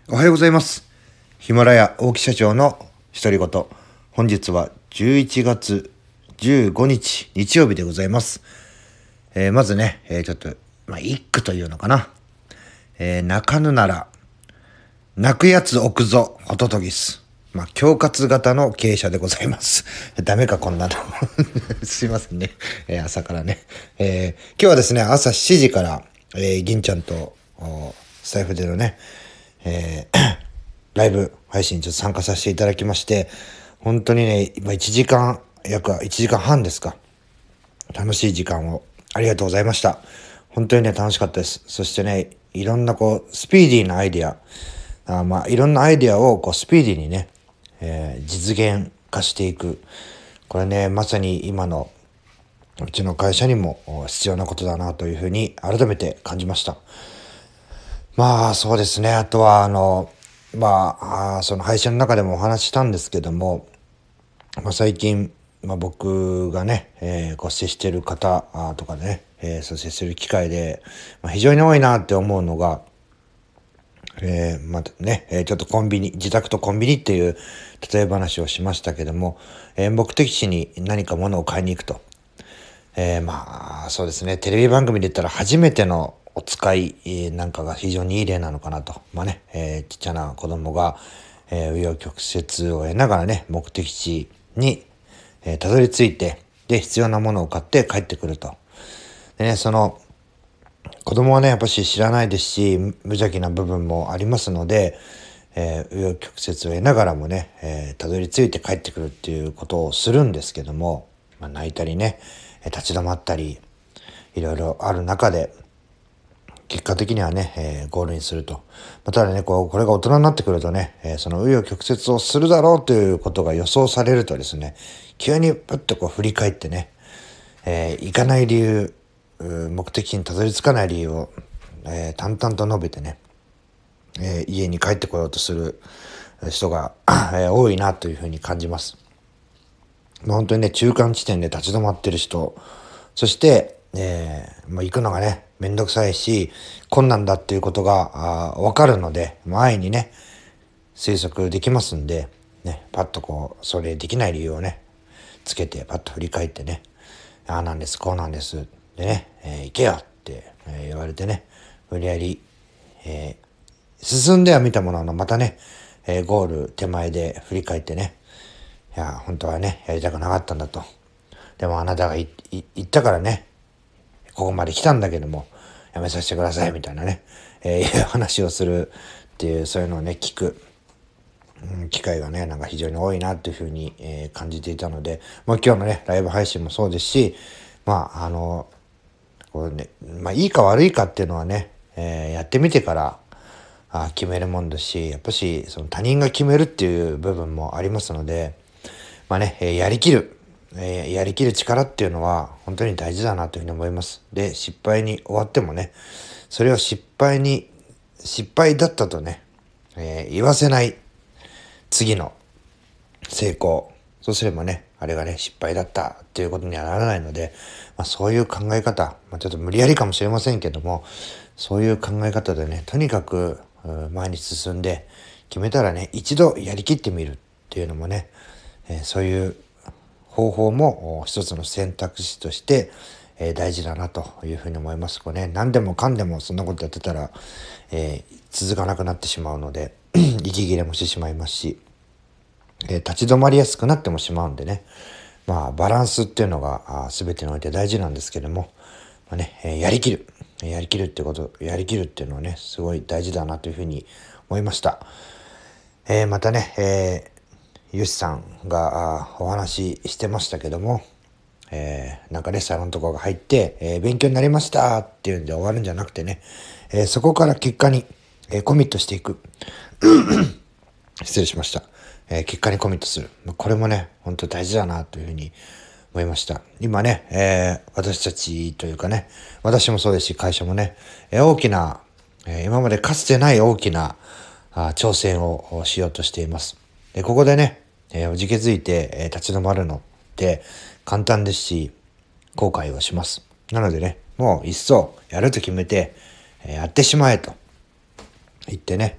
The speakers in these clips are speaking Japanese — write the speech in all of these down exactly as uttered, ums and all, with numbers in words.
おはようございます。ヒマラヤ大木社長の独り言。本日はじゅういちがつじゅうごにち日曜日でございます。えー、まずね、えー、ちょっと、まあ、一句というのかな。えー、泣かぬなら、泣くやつ置くぞ、ホトトギス。まあ、恐喝型の経営者でございます。ダメか、こんなの。すいませんね。えー、朝からね。えー、今日はですね、朝しちじから、えー、銀ちゃんと、スタイフでのね、えー、ライブ配信ちょっと参加させていただきまして、本当にね、今いちじかん、約いちじかんはんですか。楽しい時間をありがとうございました。本当にね、楽しかったです。そしてね、いろんなこう、スピーディーなアイディア、あまあ、いろんなアイディアをこう、スピーディーにね、えー、実現化していく。これね、まさに今のうちの会社にも必要なことだなというふうに改めて感じました。まあそうですね。あとはあの、まあ、あその配信の中でもお話ししたんですけども、まあ、最近、まあ、僕がね、えー、こう接している方とかね、えー、そう接する機会で、まあ、非常に多いなって思うのが、えー、またね、えー、ちょっとコンビニ、自宅とコンビニっていう例え話をしましたけども、えー、目的地に何か物を買いに行くと。えー、まあ、そうですね。テレビ番組で言ったら初めてのお使いなんかが非常にいい例なのかなと。まあね、えー、ちっちゃな子供が、えー、紆余曲折を得ながらね、目的地に、えー、たどり着いて、で、必要なものを買って帰ってくると。でね、その、子供はね、やっぱし知らないですし、無邪気な部分もありますので、えー、紆余曲折を得ながらもね、えー、たどり着いて帰ってくるっていうことをするんですけども、まあ、泣いたりね、立ち止まったり、いろいろある中で、結果的にはね、えー、ゴールにすると。まあ、ただね、こう、これが大人になってくるとね、えー、その紆余曲折をするだろうということが予想されるとですね、急にプッとこう振り返ってね、えー、行かない理由、目的地にたどり着かない理由を、えー、淡々と述べてね、えー、家に帰ってこようとする人が、えー、多いなというふうに感じます。まあ、本当にね、中間地点で立ち止まってる人、そして、えーまあ、行くのがね、めんどくさいし、困難だっていうことがわかるので、前にね、推測できますんで、ね、パッとこう、それできない理由をね、つけて、パッと振り返ってね、ああなんです、こうなんです。でね、えー、行けよって、えー、言われてね、無理やり、えー、進んでは見たものの、またね、えー、ゴール手前で振り返ってね、いや、本当はね、やりたくなかったんだと。でもあなたが言ったからね、ここまで来たんだけども、やめさせてくださいみたいなね、えー、いう話をするっていう、そういうのをね、聞く、うん、機会がね、なんか非常に多いなっていうふうに、えー、感じていたので、まあ今日のね、ライブ配信もそうですし、まああの、こうね、まあいいか悪いかっていうのはね、えー、やってみてからあ決めるもんだし、やっぱしその他人が決めるっていう部分もありますので、まあね、えー、やりきる、えー、やりきる力っていうのは本当に大事だなというふうに思います。で、失敗に終わってもね、それを失敗に、失敗だったとね、えー、言わせない次の成功。そうすればね、あれがね、失敗だったっていうことにはならないので、まあ、そういう考え方、まあ、ちょっと無理やりかもしれませんけども、そういう考え方でね、とにかく前に進んで、決めたらね、一度やりきってみるっていうのもね、えー、そういう方法も一つの選択肢として、えー、大事だなというふうに思います。こうね、何でもかんでもそんなことやってたら、えー、続かなくなってしまうので、息切れもしてしまいますし、えー、立ち止まりやすくなってもしまうんでね、まあバランスっていうのが全てにおいて大事なんですけども、まあね、えー、やりきる、やりきるってこと、やりきるっていうのはね、すごい大事だなというふうに思いました。えー、またね、えー、ゆしさんがお話ししてましたけども、えー、なんかレッサーのところが入って、えー、勉強になりましたっていうんで終わるんじゃなくてね、えー、そこから結果に、えー、コミットしていく。失礼しました。えー、結果にコミットする。これもね、本当大事だなというふうに思いました。今ね、えー、私たちというかね、私もそうですし、会社もね、えー、大きな、えー、今までかつてない大きなあ挑戦をしようとしています。でここでね、えー、おじけづいて、えー、立ち止まるのって簡単ですし、後悔をします。なのでね、もう一層やると決めて、えー、やってしまえと言ってね、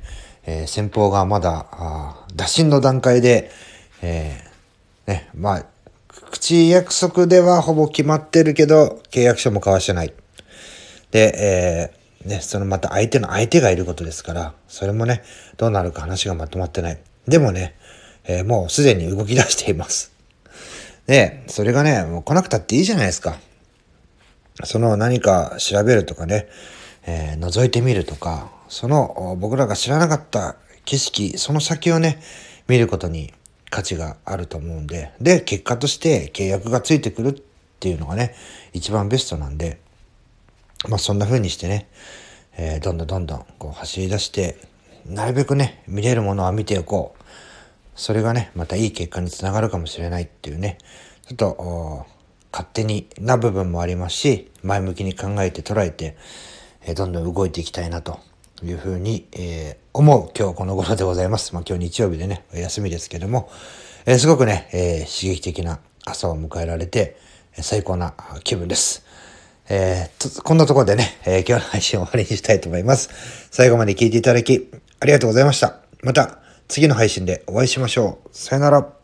えー、先方がまだ、あ打診の段階で、えー、ね、まあ、口約束ではほぼ決まってるけど、契約書も交わしてない。で、えー、ね、そのまた相手の相手がいることですから、それもね、どうなるか話がまとまってない。でもね、えー、もうすでに動き出しています。で、それがね、もう来なくたっていいじゃないですか。その何か調べるとかね、えー、覗いてみるとか、その僕らが知らなかった景色、その先をね、見ることに価値があると思うんで、で、結果として契約がついてくるっていうのがね、一番ベストなんで、まあそんな風にしてね、えー、どんどんどんどんこう走り出して、なるべくね、見れるものは見ておこう。それがね、またいい結果につながるかもしれないっていうね、ちょっと、勝手にな部分もありますし、前向きに考えて捉えて、えー、どんどん動いていきたいなというふうに、えー、思う今日この頃でございます。まあ今日日曜日でね、休みですけども、えー、すごくね、えー、刺激的な朝を迎えられて、最高な気分です。えー、こんなところでね、えー、今日の配信を終わりにしたいと思います。最後まで聞いていただき、ありがとうございました。また、次の配信でお会いしましょう。さよなら。